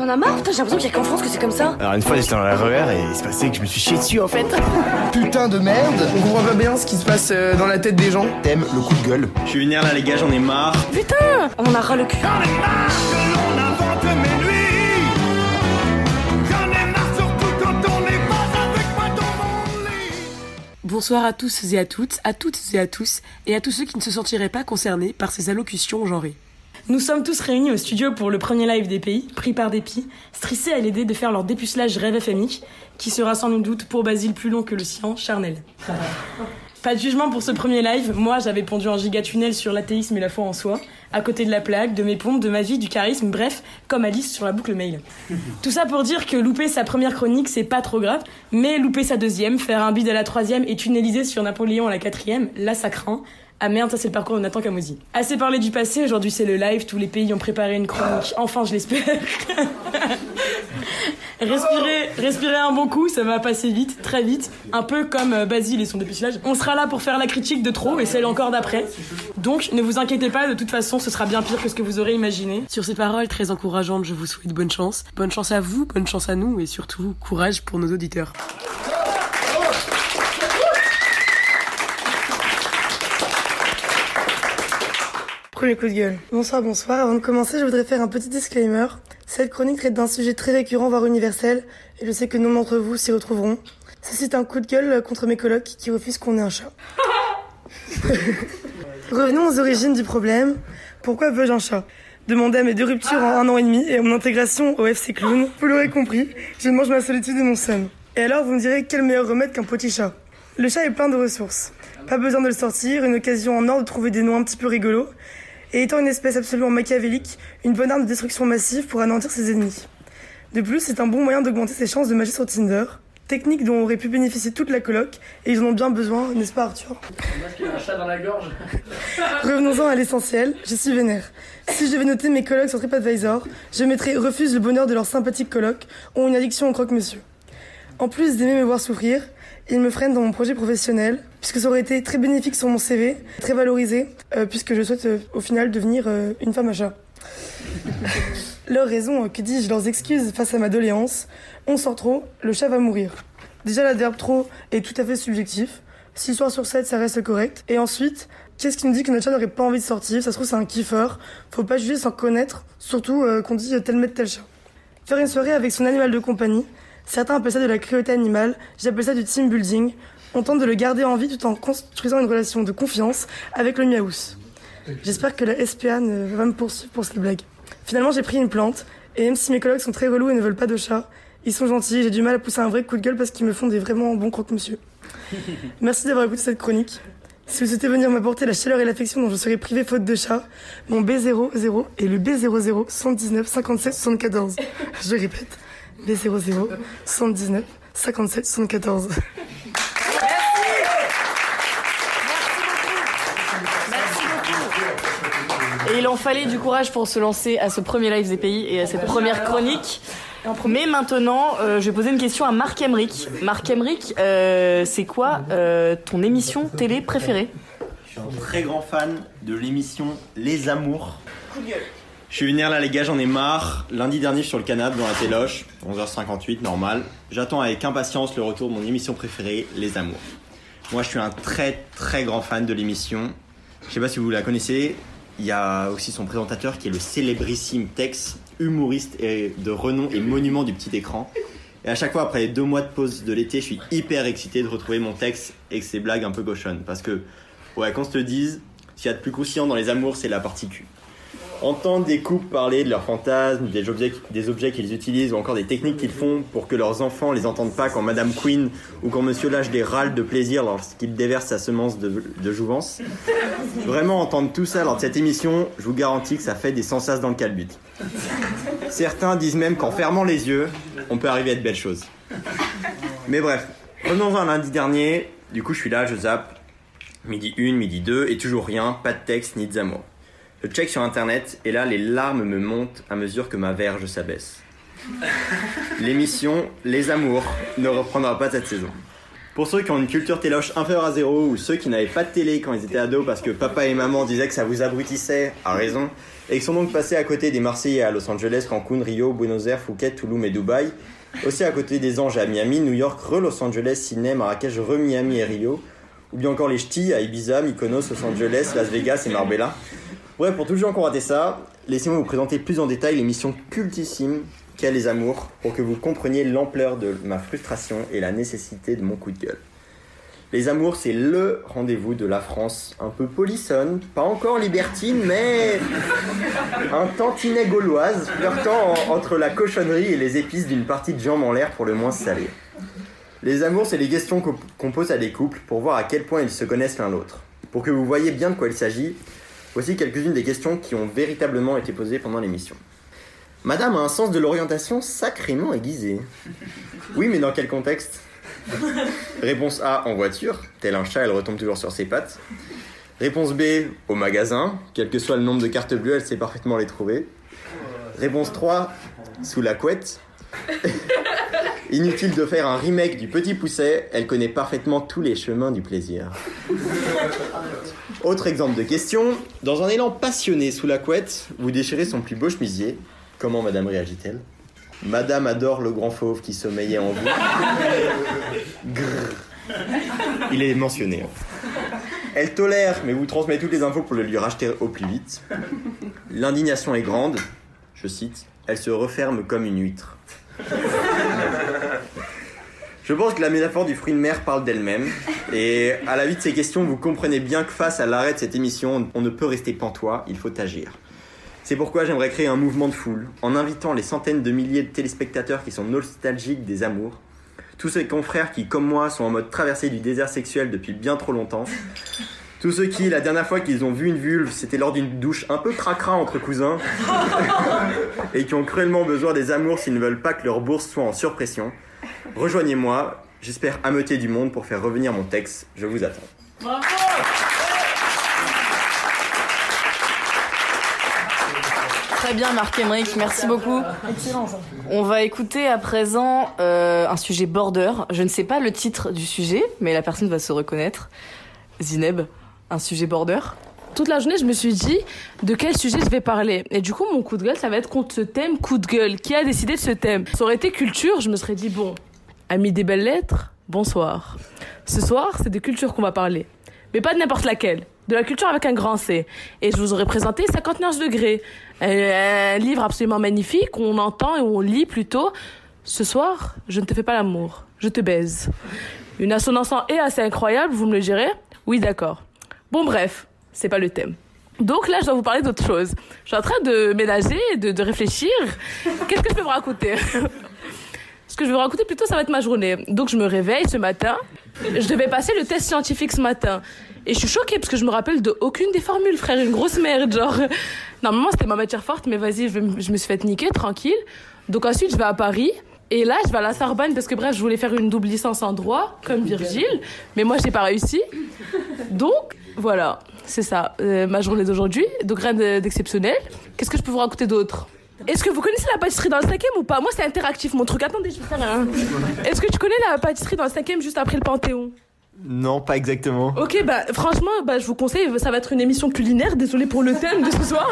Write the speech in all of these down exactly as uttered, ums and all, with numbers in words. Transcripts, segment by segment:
en as marre? Putain, j'ai l'impression qu'il y a qu'en France que c'est comme ça. Alors une fois j'étais dans la R E R et il se passait que je me suis chié dessus en fait. Putain de merde. On comprend pas bien ce qui se passe euh, dans la tête des gens. T'aimes le coup de gueule. Je suis vénère là les gars, j'en ai marre. Putain, on en a ras le cul. J'en ai marre que l'on invente mes nuits. J'en ai marre surtout quand on n'est pas avec moi dans mon lit. Bonsoir à tous et à toutes, à toutes et à tous, et à tous ceux qui ne se sentiraient pas concernés par ces allocutions genrées. Nous sommes tous réunis au studio pour le premier live des pays, pris par Dépit, stressés à l'idée de faire leur dépucelage rêve F M I, qui sera sans nul doute pour Basile plus long que le sien, charnel. Pas de jugement pour ce premier live, moi j'avais pondu un gigatunnel sur l'athéisme et la foi en soi, à côté de la plaque, de mes pompes, de ma vie, du charisme, bref, comme Alice sur la boucle mail. Tout ça pour dire que louper sa première chronique c'est pas trop grave, mais louper sa deuxième, faire un bide à la troisième et tunneliser sur Napoléon à la quatrième, là ça craint. Ah merde, ça c'est le parcours de Nathan Camozzi. Assez parlé du passé, aujourd'hui c'est le live, tous les pays ont préparé une chronique, enfin je l'espère. Respirez, respirez un bon coup, ça va passer vite, très vite, un peu comme Basile et son dépucelage. On sera là pour faire la critique de trop et celle encore d'après. Donc ne vous inquiétez pas, de toute façon ce sera bien pire que ce que vous aurez imaginé. Sur ces paroles très encourageantes, je vous souhaite bonne chance. Bonne chance à vous, bonne chance à nous et surtout courage pour nos auditeurs. Premier coup de gueule. Bonsoir, bonsoir. Avant de commencer, je voudrais faire un petit disclaimer. Cette chronique traite d'un sujet très récurrent, voire universel, et je sais que nombre d'entre vous s'y retrouveront. Ceci est un coup de gueule contre mes colocs qui refusent qu'on ait un chat. Revenons aux origines du problème. Pourquoi veux-je un chat? Demandé à mes deux ruptures en un an et demi et à mon intégration au F C Clown, vous l'aurez compris, je mange ma solitude et mon seum. Et alors, vous me direz quel meilleur remède qu'un petit chat? Le chat est plein de ressources. Pas besoin de le sortir, une occasion en or de trouver des noms un petit peu rigolos. Et étant une espèce absolument machiavélique, une bonne arme de destruction massive pour anéantir ses ennemis. De plus, c'est un bon moyen d'augmenter ses chances de magie sur Tinder, technique dont aurait pu bénéficier toute la coloc, et ils en ont bien besoin, n'est-ce pas Arthur? Il y a un chat dans la gorge. Revenons-en à l'essentiel, je suis vénère. Si je devais noter mes colocs sur TripAdvisor, je mettrais refuse le bonheur de leurs sympathiques colocs, ont une addiction au croque-monsieur. En plus d'aimer me voir souffrir, ils me freinent dans mon projet professionnel, puisque ça aurait été très bénéfique sur mon C V, très valorisé, euh, puisque je souhaite euh, au final devenir euh, une femme à chat. Leurs raisons, euh, que dis-je, leurs excuses face à ma doléance, on sort trop, le chat va mourir. Déjà l'adverbe trop est tout à fait subjectif, six soirs sur sept ça reste correct, et ensuite, qu'est-ce qui nous dit que notre chat n'aurait pas envie de sortir? Ça se trouve c'est un kiffeur, faut pas juger sans connaître, surtout euh, qu'on dit tel maître tel chat. Faire une soirée avec son animal de compagnie, certains appellent ça de la cruauté animale, j'appelle ça du team building. On tente de le garder en vie tout en construisant une relation de confiance avec le miaous. J'espère que la S P A ne va pas me poursuivre pour cette blague. Finalement, j'ai pris une plante, et même si mes collègues sont très relous et ne veulent pas de chat, ils sont gentils, j'ai du mal à pousser un vrai coup de gueule parce qu'ils me font des vraiment bons croque-monsieur. Merci d'avoir écouté cette chronique. Si vous souhaitez venir m'apporter la chaleur et l'affection dont je serai privé faute de chat, mon B zéro zéro est le B zéro zéro soixante-dix-neuf cinquante-sept soixante-quatorze. Je répète. B zéro zéro soixante-dix-neuf cinquante-sept soixante-quatorze. Et il en fallait du courage pour se lancer à ce premier live des pays et à cette première chronique. Mais maintenant, euh, je vais poser une question à Marc Emmerich. Marc Emmerich, euh, c'est quoi euh, ton émission télé préférée? Je suis un très grand fan de l'émission Les Amours. Je suis vénère là les gars, j'en ai marre. Lundi dernier, je suis sur le canapé dans la téloche, onze heures cinquante-huit, normal. J'attends avec impatience le retour de mon émission préférée, Les Amours. Moi, je suis un très très grand fan de l'émission. Je sais pas si vous la connaissez. Il y a aussi son présentateur qui est le célébrissime Tex, humoriste et de renom et monument du petit écran. Et à chaque fois, après les deux mois de pause de l'été, je suis hyper excité de retrouver mon Tex et ses blagues un peu cochonnes. Parce que, ouais, qu'on se te dise, ce qu'il y a de plus croustillant dans Les Amours, c'est la partie cul. Entendre des couples parler de leurs fantasmes, des objets, des objets qu'ils utilisent ou encore des techniques qu'ils font pour que leurs enfants les entendent pas quand Madame Queen ou quand Monsieur lâche des râles de plaisir lorsqu'il déverse sa semence de, de jouvence. Vraiment entendre tout ça lors de cette émission, je vous garantis que ça fait des sensas dans le calbut. Certains disent même qu'en fermant les yeux, on peut arriver à de belles choses. Mais bref, revenons-en à lundi dernier. Du coup, je suis là, je zappe. Midi une, midi deux, et toujours rien, pas de texte ni de amours. Je check sur internet et là les larmes me montent à mesure que ma verge s'abaisse. L'émission Les Amours ne reprendra pas cette saison. Pour ceux qui ont une culture téloche inférieure à zéro ou ceux qui n'avaient pas de télé quand ils étaient ados parce que papa et maman disaient que ça vous abrutissait, à raison, et qui sont donc passés à côté des Marseillais à Los Angeles, Cancun, Rio, Buenos Aires, Phuket, Tulum et Dubaï, aussi à côté des Anges à Miami, New York, re-Los Angeles, Sydney, Marrakech, re-Miami et Rio, ou bien encore les Ch'tis à Ibiza, Mykonos, Los Angeles, Las Vegas et Marbella. Bref, pour tous les gens qui ont raté ça, laissez-moi vous présenter plus en détail l'émission cultissime qu'est Les Amours, pour que vous compreniez l'ampleur de ma frustration et la nécessité de mon coup de gueule. Les Amours, c'est LE rendez-vous de la France, un peu polissonne, pas encore libertine, mais un tantinet gauloise, flirtant en- entre la cochonnerie et les épices d'une partie de jambes en l'air pour le moins salée. Les Amours, c'est les questions qu'on qu'on pose à des couples pour voir à quel point ils se connaissent l'un l'autre. Pour que vous voyez bien de quoi il s'agit, voici quelques-unes des questions qui ont véritablement été posées pendant l'émission. Madame a un sens de l'orientation sacrément aiguisé. Oui, mais dans quel contexte ? Réponse A, en voiture, tel un chat, elle retombe toujours sur ses pattes. Réponse B, au magasin, quel que soit le nombre de cartes bleues, elle sait parfaitement les trouver. Réponse trois, sous la couette. Inutile de faire un remake du Petit Pousset, elle connaît parfaitement tous les chemins du plaisir. Autre exemple de question, dans un élan passionné sous la couette, vous déchirez son plus beau chemisier. Comment madame réagit-elle ? Madame adore le grand fauve qui sommeillait en vous. Grrr. Il est mentionné. Elle tolère, mais vous transmet toutes les infos pour le lui racheter au plus vite. L'indignation est grande, je cite, elle se referme comme une huître. Je pense que la métaphore du fruit de mer parle d'elle-même. Et à la vue de ces questions, vous comprenez bien que face à l'arrêt de cette émission, on ne peut rester pantois, il faut agir. C'est pourquoi j'aimerais créer un mouvement de foule, en invitant les centaines de milliers de téléspectateurs qui sont nostalgiques des amours, tous ces confrères qui, comme moi, sont en mode traversée du désert sexuel depuis bien trop longtemps, tous ceux qui, la dernière fois qu'ils ont vu une vulve, c'était lors d'une douche un peu cracra entre cousins, et qui ont cruellement besoin des amours s'ils ne veulent pas que leur bourse soit en surpression. Rejoignez-moi, j'espère ameuter du monde pour faire revenir mon texte, je vous attends. Bravo. Très bien Marc Emmerich, merci beaucoup. Excellent ça. On va écouter à présent euh, un sujet border. Je ne sais pas le titre du sujet, mais la personne va se reconnaître. Zineb, un sujet border. Toute la journée, je me suis dit de quel sujet je vais parler. Et du coup, mon coup de gueule, ça va être contre ce thème coup de gueule. Qui a décidé de ce thème ? Ça aurait été culture, je me serais dit, bon, amis des belles lettres, bonsoir. Ce soir, c'est de culture qu'on va parler. Mais pas de n'importe laquelle. De la culture avec un grand C. Et je vous aurais présenté cinquante-neuf degrés. Un, un livre absolument magnifique, on entend et on lit plutôt. Ce soir, je ne te fais pas l'amour, je te baise. Une assonance en et assez incroyable, vous me le direz ? Oui, d'accord. Bon, bref, c'est pas le thème. Donc là, je dois vous parler d'autre chose. Je suis en train de ménager, de, de réfléchir. Qu'est-ce que je peux vous raconter ? Ce que je vais vous raconter plutôt, ça va être ma journée. Donc je me réveille ce matin. Je devais passer le test scientifique ce matin. Et je suis choquée parce que je me rappelle de aucune des formules, frère. Une grosse merde, genre. Normalement, c'était ma matière forte, mais vas-y, je, je me suis fait niquer, tranquille. Donc ensuite, je vais à Paris. Et là, je vais à la Sorbonne parce que bref, je voulais faire une double licence en droit, comme Virgile. Mais moi, j'ai pas réussi. Donc, voilà. C'est ça, euh, ma journée d'aujourd'hui. Donc rien de- d'exceptionnel. Qu'est-ce que je peux vous raconter d'autre ? Est-ce que vous connaissez la pâtisserie dans le cinquième ou pas ? Moi, c'est interactif, mon truc. Attendez, je vais faire un... Est-ce que tu connais la pâtisserie dans le cinquième juste après le Panthéon ? Non, pas exactement. Ok, bah franchement, bah, je vous conseille, ça va être une émission culinaire. Désolée pour le thème de ce soir.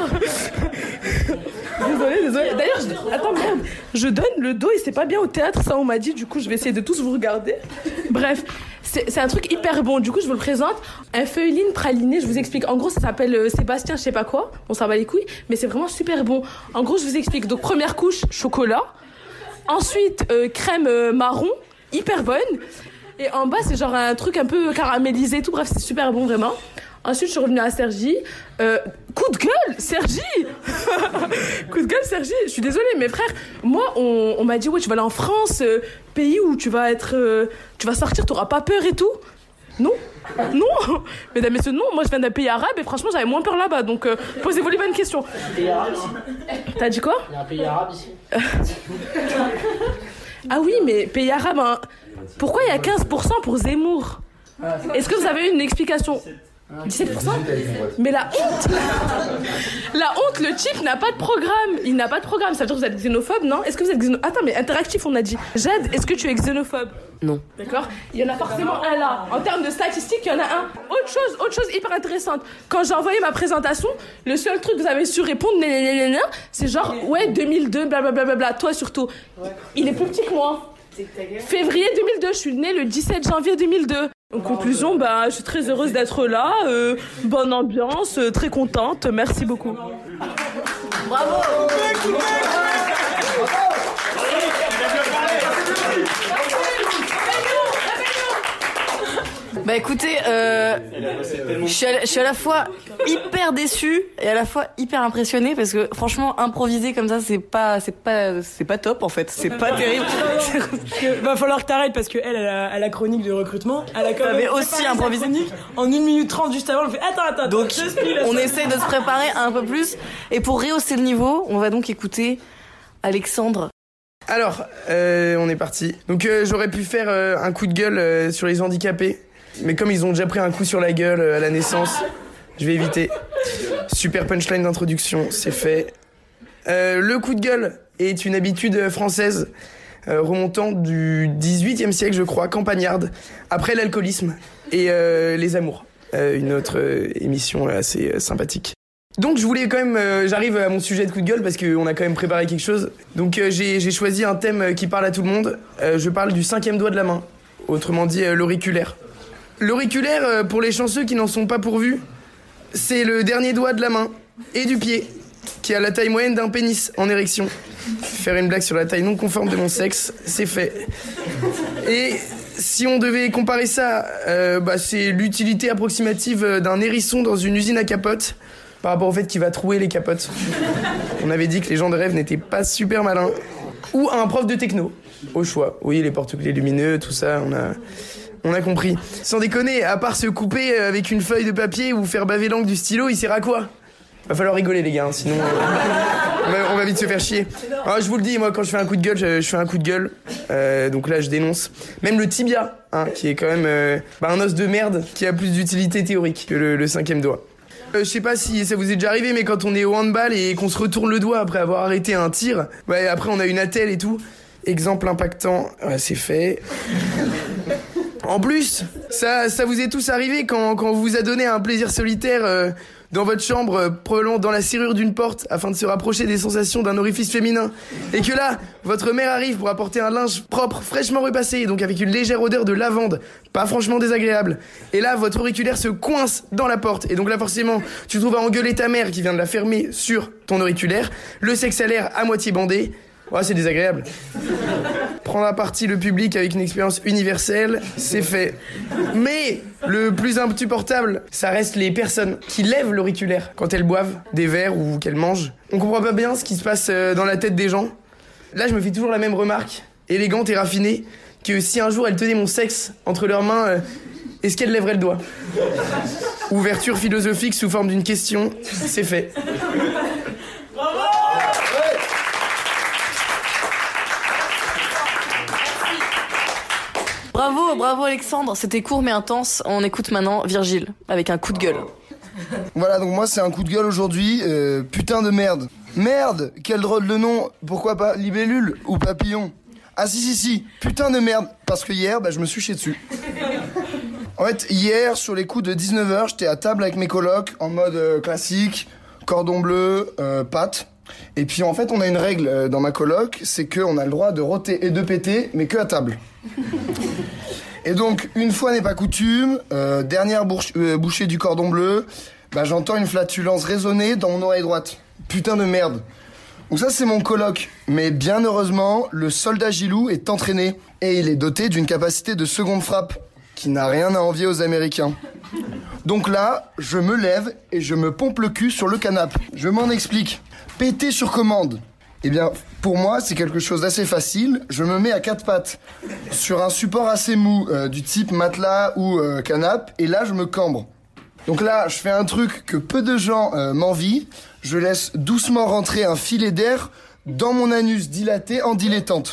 Désolée, désolée. D'ailleurs, je... attends, merde. Je donne le dos et c'est pas bien au théâtre, ça on m'a dit. Du coup, je vais essayer de tous vous regarder. Bref, c'est, c'est un truc hyper bon. Du coup, je vous le présente. Un feuilline praliné, je vous explique. En gros, ça s'appelle euh, Sébastien, je sais pas quoi. On s'en bat les couilles, mais c'est vraiment super bon. En gros, je vous explique. Donc, première couche, chocolat. Ensuite, euh, crème euh, marron, hyper bonne. Et en bas, c'est genre un truc un peu caramélisé et tout. Bref, c'est super bon, vraiment. Ensuite, je suis revenue à Sergi. Euh, coup de gueule, Sergi. Coup de gueule, Sergi. Je suis désolée, mes frères. Moi, on, on m'a dit, ouais, tu vas aller en France, euh, pays où tu vas être... Euh, tu vas sortir, t'auras pas peur et tout. Non, non. Mesdames, messieurs, non. Moi, je viens d'un pays arabe et franchement, j'avais moins peur là-bas. Donc, euh, posez-vous les bonnes questions. Pays arabe ici. T'as dit quoi ? Il y a un pays arabe ici. Ah oui, mais pays arabe, hein. Pourquoi il y a quinze pour cent pour Zemmour ? Est-ce que vous avez une explication ? dix-sept pour cent. Mais la honte La honte, le type n'a pas de programme. Il n'a pas de programme. Ça veut dire que vous êtes xénophobe, non? Est-ce que vous êtes xénophobe? Attends, mais interactif, on a dit. Jade, est-ce que tu es xénophobe? Non. D'accord? Il y en a forcément un là. En termes de statistiques, il y en a un. Autre chose, autre chose hyper intéressante. Quand j'ai envoyé ma présentation, le seul truc que vous avez su répondre, nan, nan, nan, nan, c'est genre, ouais, deux mille deux, blablabla, bla, bla, bla, toi surtout. Il est plus petit que moi. Février deux mille deux, je suis née le dix-sept janvier deux mille deux. En conclusion, bah, je suis très heureuse d'être là. Euh, bonne ambiance, euh, très contente. Merci beaucoup. Bravo. Bah écoutez, euh, je suis à, je suis à la fois hyper déçue et à la fois hyper impressionnée parce que franchement improviser comme ça c'est pas c'est pas c'est pas top en fait, c'est pas terrible. Va falloir que t'arrêtes parce que elle, elle a, elle a chronique de recrutement. Elle a quand même aussi improvisé en une minute trente juste avant. On fait attends attends. Donc on essaie de se préparer un peu plus et pour rehausser le niveau, on va donc écouter Alexandre. Alors, euh, on est parti. Donc euh, j'aurais pu faire euh, un coup de gueule euh, sur les handicapés. Mais comme ils ont déjà pris un coup sur la gueule à la naissance, je vais éviter. Super punchline d'introduction, c'est fait. Euh, le coup de gueule est une habitude française euh, remontant du dix-huitième siècle, je crois, campagnarde, après l'alcoolisme et euh, les amours. Euh, une autre euh, émission assez euh, sympathique. Donc je voulais quand même, euh, j'arrive à mon sujet de coup de gueule parce qu'on a quand même préparé quelque chose. Donc euh, j'ai, j'ai choisi un thème qui parle à tout le monde. Euh, je parle du cinquième doigt de la main, autrement dit euh, l'auriculaire. L'auriculaire, pour les chanceux qui n'en sont pas pourvus, c'est le dernier doigt de la main et du pied, qui a la taille moyenne d'un pénis en érection. Faire une blague sur la taille non conforme de mon sexe, c'est fait. Et si on devait comparer ça, euh, bah, c'est l'utilité approximative d'un hérisson dans une usine à capotes, par rapport au fait qu'il va trouer les capotes. On avait dit que les gens de rêve n'étaient pas super malins. Ou un prof de techno, au choix. Oui, les porte-clés lumineux, tout ça, on a... On a compris. Sans déconner, à part se couper avec une feuille de papier ou faire baver l'encre du stylo, il sert à quoi? Va falloir rigoler les gars, hein, sinon euh, on, va, on va vite se faire chier. Alors, je vous le dis, moi quand je fais un coup de gueule, je, je fais un coup de gueule. Euh, donc là je dénonce. Même le tibia, hein, qui est quand même euh, bah, un os de merde qui a plus d'utilité théorique que le, le cinquième doigt. Euh, je sais pas si ça vous est déjà arrivé, mais quand on est au handball et qu'on se retourne le doigt après avoir arrêté un tir, ouais, après on a une attelle et tout. Exemple impactant, ouais, c'est fait. En plus, ça, ça vous est tous arrivé quand, quand on vous a donné un plaisir solitaire euh, dans votre chambre, euh, probablement dans la serrure d'une porte, afin de se rapprocher des sensations d'un orifice féminin. Et que là, votre mère arrive pour apporter un linge propre, fraîchement repassé, donc avec une légère odeur de lavande, pas franchement désagréable. Et là, votre auriculaire se coince dans la porte. Et donc là, forcément, tu te trouves à engueuler ta mère qui vient de la fermer sur ton auriculaire, le sexe à l'air à moitié bandé. Ouais, c'est désagréable. Prendre à partie le public avec une expérience universelle, c'est fait. Mais le plus insupportable, ça reste les personnes qui lèvent l'auriculaire quand elles boivent des verres ou qu'elles mangent. On comprend pas bien ce qui se passe dans la tête des gens. Là, je me fais toujours la même remarque, élégante et raffinée, que si un jour elles tenaient mon sexe entre leurs mains, euh, est-ce qu'elles lèveraient le doigt? Ouverture philosophique sous forme d'une question, c'est fait. Bravo, bravo Alexandre, c'était court mais intense. On écoute maintenant Virgile avec un coup de gueule. Voilà, donc moi c'est un coup de gueule aujourd'hui. Euh, putain de merde. Merde, quel drôle de nom. Pourquoi pas libellule ou papillon? Ah si si si, putain de merde. Parce que hier, bah, je me suis chié dessus. En fait, hier, sur les coups de dix-neuf heures, j'étais à table avec mes colocs en mode euh, classique, cordon bleu, euh, pâte. Et puis en fait, on a une règle euh, dans ma coloc, c'est qu'on a le droit de rôter et de péter, mais que à table. Et donc, une fois n'est pas coutume, euh, dernière bouche, euh, bouchée du cordon bleu, bah, j'entends une flatulence résonner dans mon oreille droite. Putain de merde. Donc ça, c'est mon coloc. Mais bien heureusement, le soldat Gilou est entraîné. Et il est doté d'une capacité de seconde frappe, qui n'a rien à envier aux Américains. Donc là, je me lève et je me pompe le cul sur le canapé. Je m'en explique. Péter sur commande. Eh bien, pour moi, c'est quelque chose d'assez facile. Je me mets à quatre pattes sur un support assez mou, euh, du type matelas ou euh, canapé, et là, je me cambre. Donc là, je fais un truc que peu de gens euh, m'envient. Je laisse doucement rentrer un filet d'air dans mon anus dilaté en dilettante.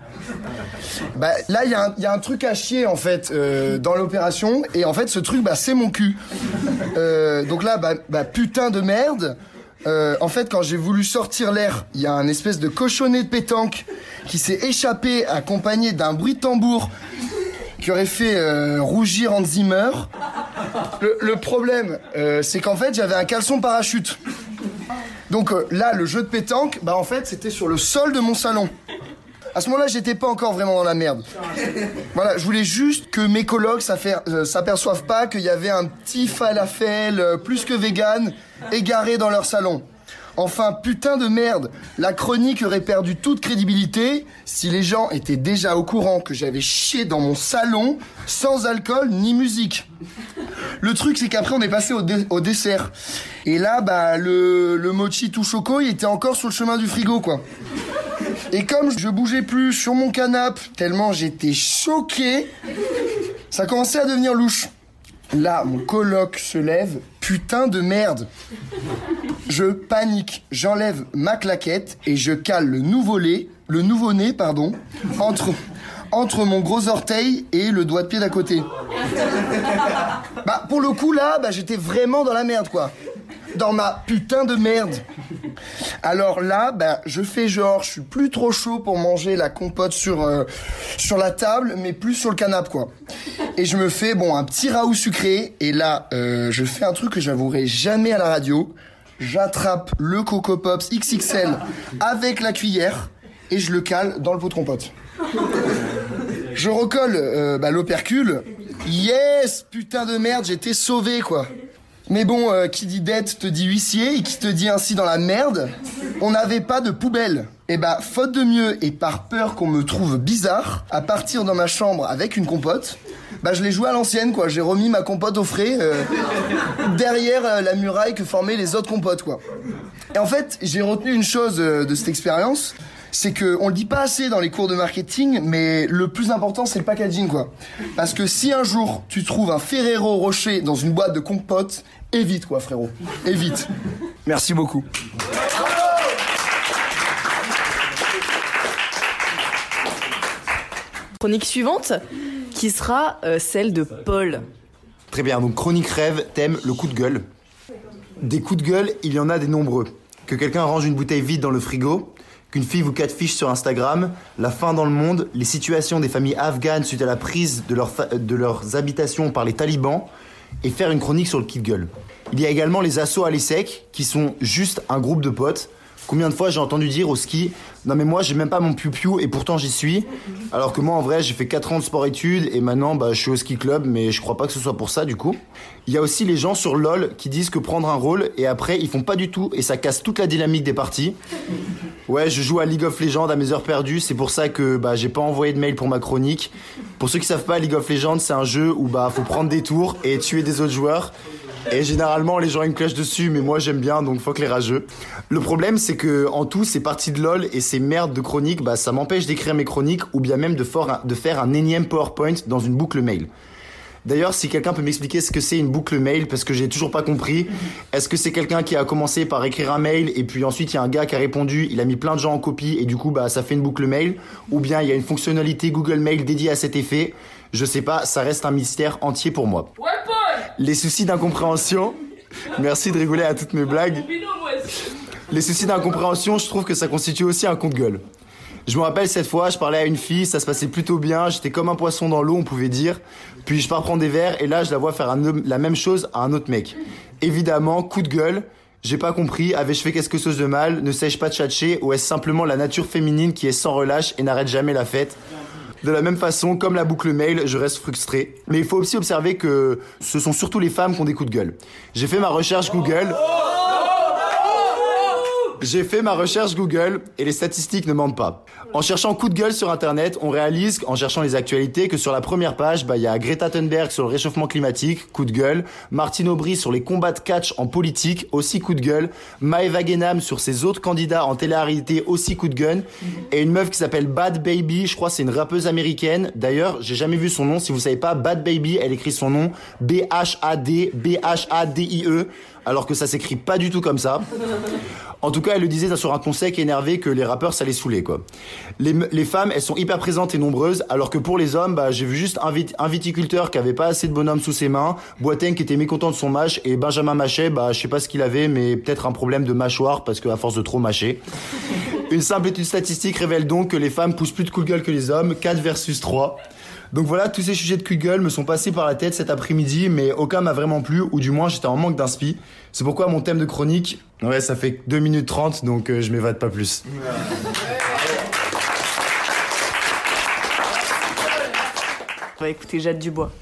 Bah là il y, y a un truc à chier en fait euh, dans l'opération et en fait ce truc bah c'est mon cul. Euh, donc là bah, bah putain de merde. Euh, en fait quand j'ai voulu sortir l'air, il y a un espèce de cochonnet de pétanque qui s'est échappé accompagné d'un bruit de tambour qui aurait fait euh, rougir Hans Zimmer. Le, le problème euh, c'est qu'en fait j'avais un caleçon parachute. Donc euh, là le jeu de pétanque bah en fait c'était sur le sol de mon salon. À ce moment-là, j'étais pas encore vraiment dans la merde. Voilà, je voulais juste que mes colocs euh, s'aperçoivent pas qu'il y avait un petit falafel euh, plus que vegan égaré dans leur salon. Enfin, putain de merde, la chronique aurait perdu toute crédibilité si les gens étaient déjà au courant que j'avais chié dans mon salon sans alcool ni musique. Le truc, c'est qu'après, on est passé au, dé- au dessert. Et là, bah, le, le mochi tout choco, il était encore sur le chemin du frigo, quoi. Et comme je bougeais plus sur mon canapé, tellement j'étais choqué, ça commençait à devenir louche. Là, mon coloc se lève, putain de merde. Je panique, j'enlève ma claquette et je cale le nouveau-né, le nouveau-né, pardon, entre, entre mon gros orteil et le doigt de pied d'à côté. Bah, pour le coup, là, bah, j'étais vraiment dans la merde, quoi. Dans ma putain de merde. Alors là, bah, je fais genre, je suis plus trop chaud pour manger la compote sur, euh, sur la table, mais plus sur le canapé, quoi. Et je me fais, bon, un petit raoult sucré, et là, euh, je fais un truc que j'avouerai jamais à la radio. J'attrape le Coco Pops X X L avec la cuillère, et je le cale dans le potron pote. Je recolle euh, bah, l'opercule. Yes, putain de merde, j'étais sauvé, quoi. Mais bon, euh, qui dit dette te dit huissier, et qui te dit ainsi dans la merde, on n'avait pas de poubelle. Et bah, faute de mieux, et par peur qu'on me trouve bizarre, à partir dans ma chambre avec une compote, bah je l'ai joué à l'ancienne, quoi. J'ai remis ma compote au frais, euh, derrière euh, la muraille que formaient les autres compotes, quoi. Et en fait, j'ai retenu une chose euh, de cette expérience, c'est que on le dit pas assez dans les cours de marketing, mais le plus important c'est le packaging, quoi. Parce que si un jour tu trouves un Ferrero Rocher dans une boîte de compote, évite, quoi, frérot. Évite. Merci beaucoup. Chronique suivante, qui sera euh, celle de Paul. Très bien, donc chronique rêve, thème le coup de gueule. Des coups de gueule, il y en a des nombreux. Que quelqu'un range une bouteille vide dans le frigo, qu'une fille vous catfish sur Instagram, la faim dans le monde, les situations des familles afghanes suite à la prise de, leur fa- de leurs habitations par les talibans, et faire une chronique sur le coup de gueule. Il y a également les assos à l'ESSEC, qui sont juste un groupe de potes. Combien de fois j'ai entendu dire au ski « Non mais moi j'ai même pas mon piou-piou et pourtant j'y suis ». Alors que moi en vrai j'ai fait quatre ans de sport-études et maintenant bah, je suis au ski club, mais je crois pas que ce soit pour ça du coup. Il y a aussi les gens sur LOL qui disent que prendre un rôle et après ils font pas du tout et ça casse toute la dynamique des parties. Ouais, je joue à League of Legends à mes heures perdues, c'est pour ça que bah, j'ai pas envoyé de mail pour ma chronique. Pour ceux qui savent pas, League of Legends c'est un jeu où bah faut prendre des tours et tuer des autres joueurs. Et généralement les gens ils me clochent dessus, mais moi j'aime bien, donc fuck les rageux. Le problème c'est que en tout ces parties de LOL et ces merdes de chroniques, bah ça m'empêche d'écrire mes chroniques ou bien même de, for- de faire un énième PowerPoint dans une boucle mail. D'ailleurs, si quelqu'un peut m'expliquer ce que c'est une boucle mail, parce que j'ai toujours pas compris, est-ce que c'est quelqu'un qui a commencé par écrire un mail et puis ensuite il y a un gars qui a répondu, il a mis plein de gens en copie et du coup bah ça fait une boucle mail, ou bien il y a une fonctionnalité Google Mail dédiée à cet effet? Je sais pas, ça reste un mystère entier pour moi. Ouais, Paul. Les soucis d'incompréhension, merci de rigoler à toutes mes blagues. Les soucis d'incompréhension, je trouve que ça constitue aussi un coup de gueule. Je me rappelle cette fois, je parlais à une fille, ça se passait plutôt bien, j'étais comme un poisson dans l'eau, on pouvait dire. Puis je pars prendre des verres et là, je la vois faire un, la même chose à un autre mec. Évidemment, coup de gueule, j'ai pas compris, avais-je fait quelque chose de mal, ne sais-je pas tchatcher, ou est-ce simplement la nature féminine qui est sans relâche et n'arrête jamais la fête? De la même façon, comme la boucle mail, je reste frustré. Mais il faut aussi observer que ce sont surtout les femmes qui ont des coups de gueule. J'ai fait ma recherche Google... J'ai fait ma recherche Google et les statistiques ne mentent pas. En cherchant coup de gueule sur internet, on réalise, en cherchant les actualités, que sur la première page, bah, y a Greta Thunberg sur le réchauffement climatique, coup de gueule. Martine Aubry sur les combats de catch en politique, aussi coup de gueule. Maëva Guénam sur ses autres candidats en télé-réalité, aussi coup de gun. Et une meuf qui s'appelle Bad Baby, je crois c'est une rappeuse américaine. D'ailleurs, j'ai jamais vu son nom. Si vous savez pas, Bad Baby, elle écrit son nom B H A D B H A D I E, alors que ça s'écrit pas du tout comme ça. En tout cas, elle le disait sur un ton sec et énervé que les rappeurs, ça les saoulait, quoi. Les, les femmes, elles sont hyper présentes et nombreuses, alors que pour les hommes, bah, j'ai vu juste un, vit- un viticulteur qui avait pas assez de bonhomme sous ses mains, Boateng qui était mécontent de son mâche, et Benjamin Machet, bah, je sais pas ce qu'il avait, mais peut-être un problème de mâchoire, parce qu'à force de trop mâcher. Une simple étude statistique révèle donc que les femmes poussent plus de coups de gueule que les hommes, quatre versus trois. Donc voilà, tous ces sujets de cul de gueule me sont passés par la tête cet après-midi, mais aucun m'a vraiment plu, ou du moins j'étais en manque d'inspi. C'est pourquoi mon thème de chronique, ouais, ça fait deux minutes trente, donc euh, je m'évade pas plus. On va écouter Jade Dubois.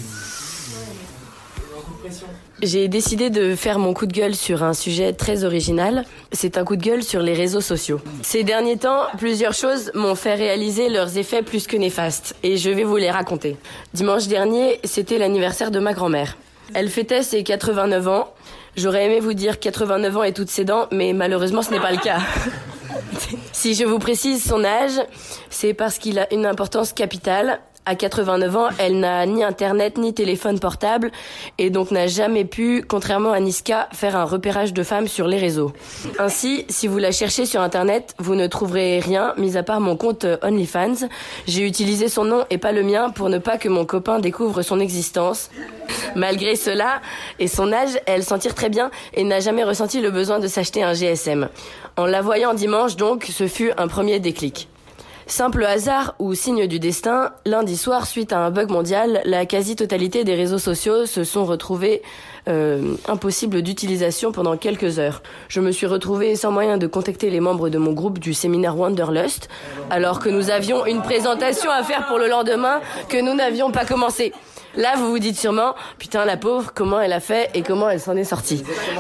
J'ai décidé de faire mon coup de gueule sur un sujet très original. C'est un coup de gueule sur les réseaux sociaux. Ces derniers temps, plusieurs choses m'ont fait réaliser leurs effets plus que néfastes. Et je vais vous les raconter. Dimanche dernier, c'était l'anniversaire de ma grand-mère. Elle fêtait ses quatre-vingt-neuf ans. J'aurais aimé vous dire quatre-vingt-neuf ans et toutes ses dents, mais malheureusement ce n'est pas le cas. Si je vous précise son âge, c'est parce qu'il a une importance capitale. À quatre-vingt-neuf ans, elle n'a ni internet ni téléphone portable et donc n'a jamais pu, contrairement à Niska, faire un repérage de femmes sur les réseaux. Ainsi, si vous la cherchez sur internet, vous ne trouverez rien, mis à part mon compte OnlyFans. J'ai utilisé son nom et pas le mien pour ne pas que mon copain découvre son existence. Malgré cela et son âge, elle s'en tire très bien et n'a jamais ressenti le besoin de s'acheter un G S M. En la voyant dimanche donc, ce fut un premier déclic. Simple hasard ou signe du destin, lundi soir, suite à un bug mondial, la quasi-totalité des réseaux sociaux se sont retrouvés euh, impossibles d'utilisation pendant quelques heures. Je me suis retrouvée sans moyen de contacter les membres de mon groupe du séminaire Wanderlust, alors que nous avions une présentation à faire pour le lendemain que nous n'avions pas commencé. Là, vous vous dites sûrement, putain, la pauvre, comment elle a fait et comment elle s'en est sortie.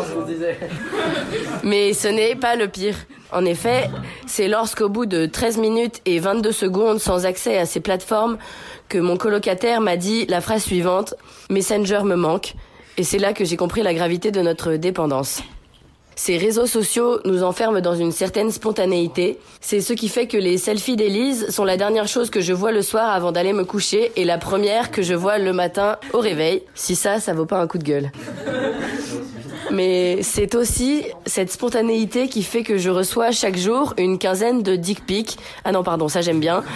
Mais ce n'est pas le pire. En effet, c'est lorsqu'au bout de treize minutes et vingt-deux secondes sans accès à ces plateformes que mon colocataire m'a dit la phrase suivante, « Messenger me manque ». Et c'est là que j'ai compris la gravité de notre dépendance. Ces réseaux sociaux nous enferment dans une certaine spontanéité. C'est ce qui fait que les selfies d'Élise sont la dernière chose que je vois le soir avant d'aller me coucher et la première que je vois le matin au réveil. Si ça, ça vaut pas un coup de gueule. Mais c'est aussi cette spontanéité qui fait que je reçois chaque jour une quinzaine de dick pics. Ah non, pardon, ça j'aime bien.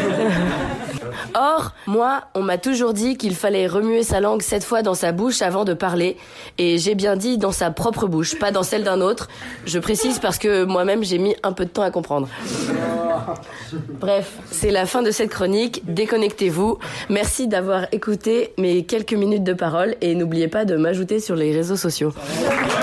Or, moi, on m'a toujours dit qu'il fallait remuer sa langue sept fois dans sa bouche avant de parler. Et j'ai bien dit dans sa propre bouche, pas dans celle d'un autre. Je précise parce que moi-même, j'ai mis un peu de temps à comprendre. Bref, c'est la fin de cette chronique. Déconnectez-vous. Merci d'avoir écouté mes quelques minutes de parole. Et n'oubliez pas de m'ajouter sur les réseaux sociaux.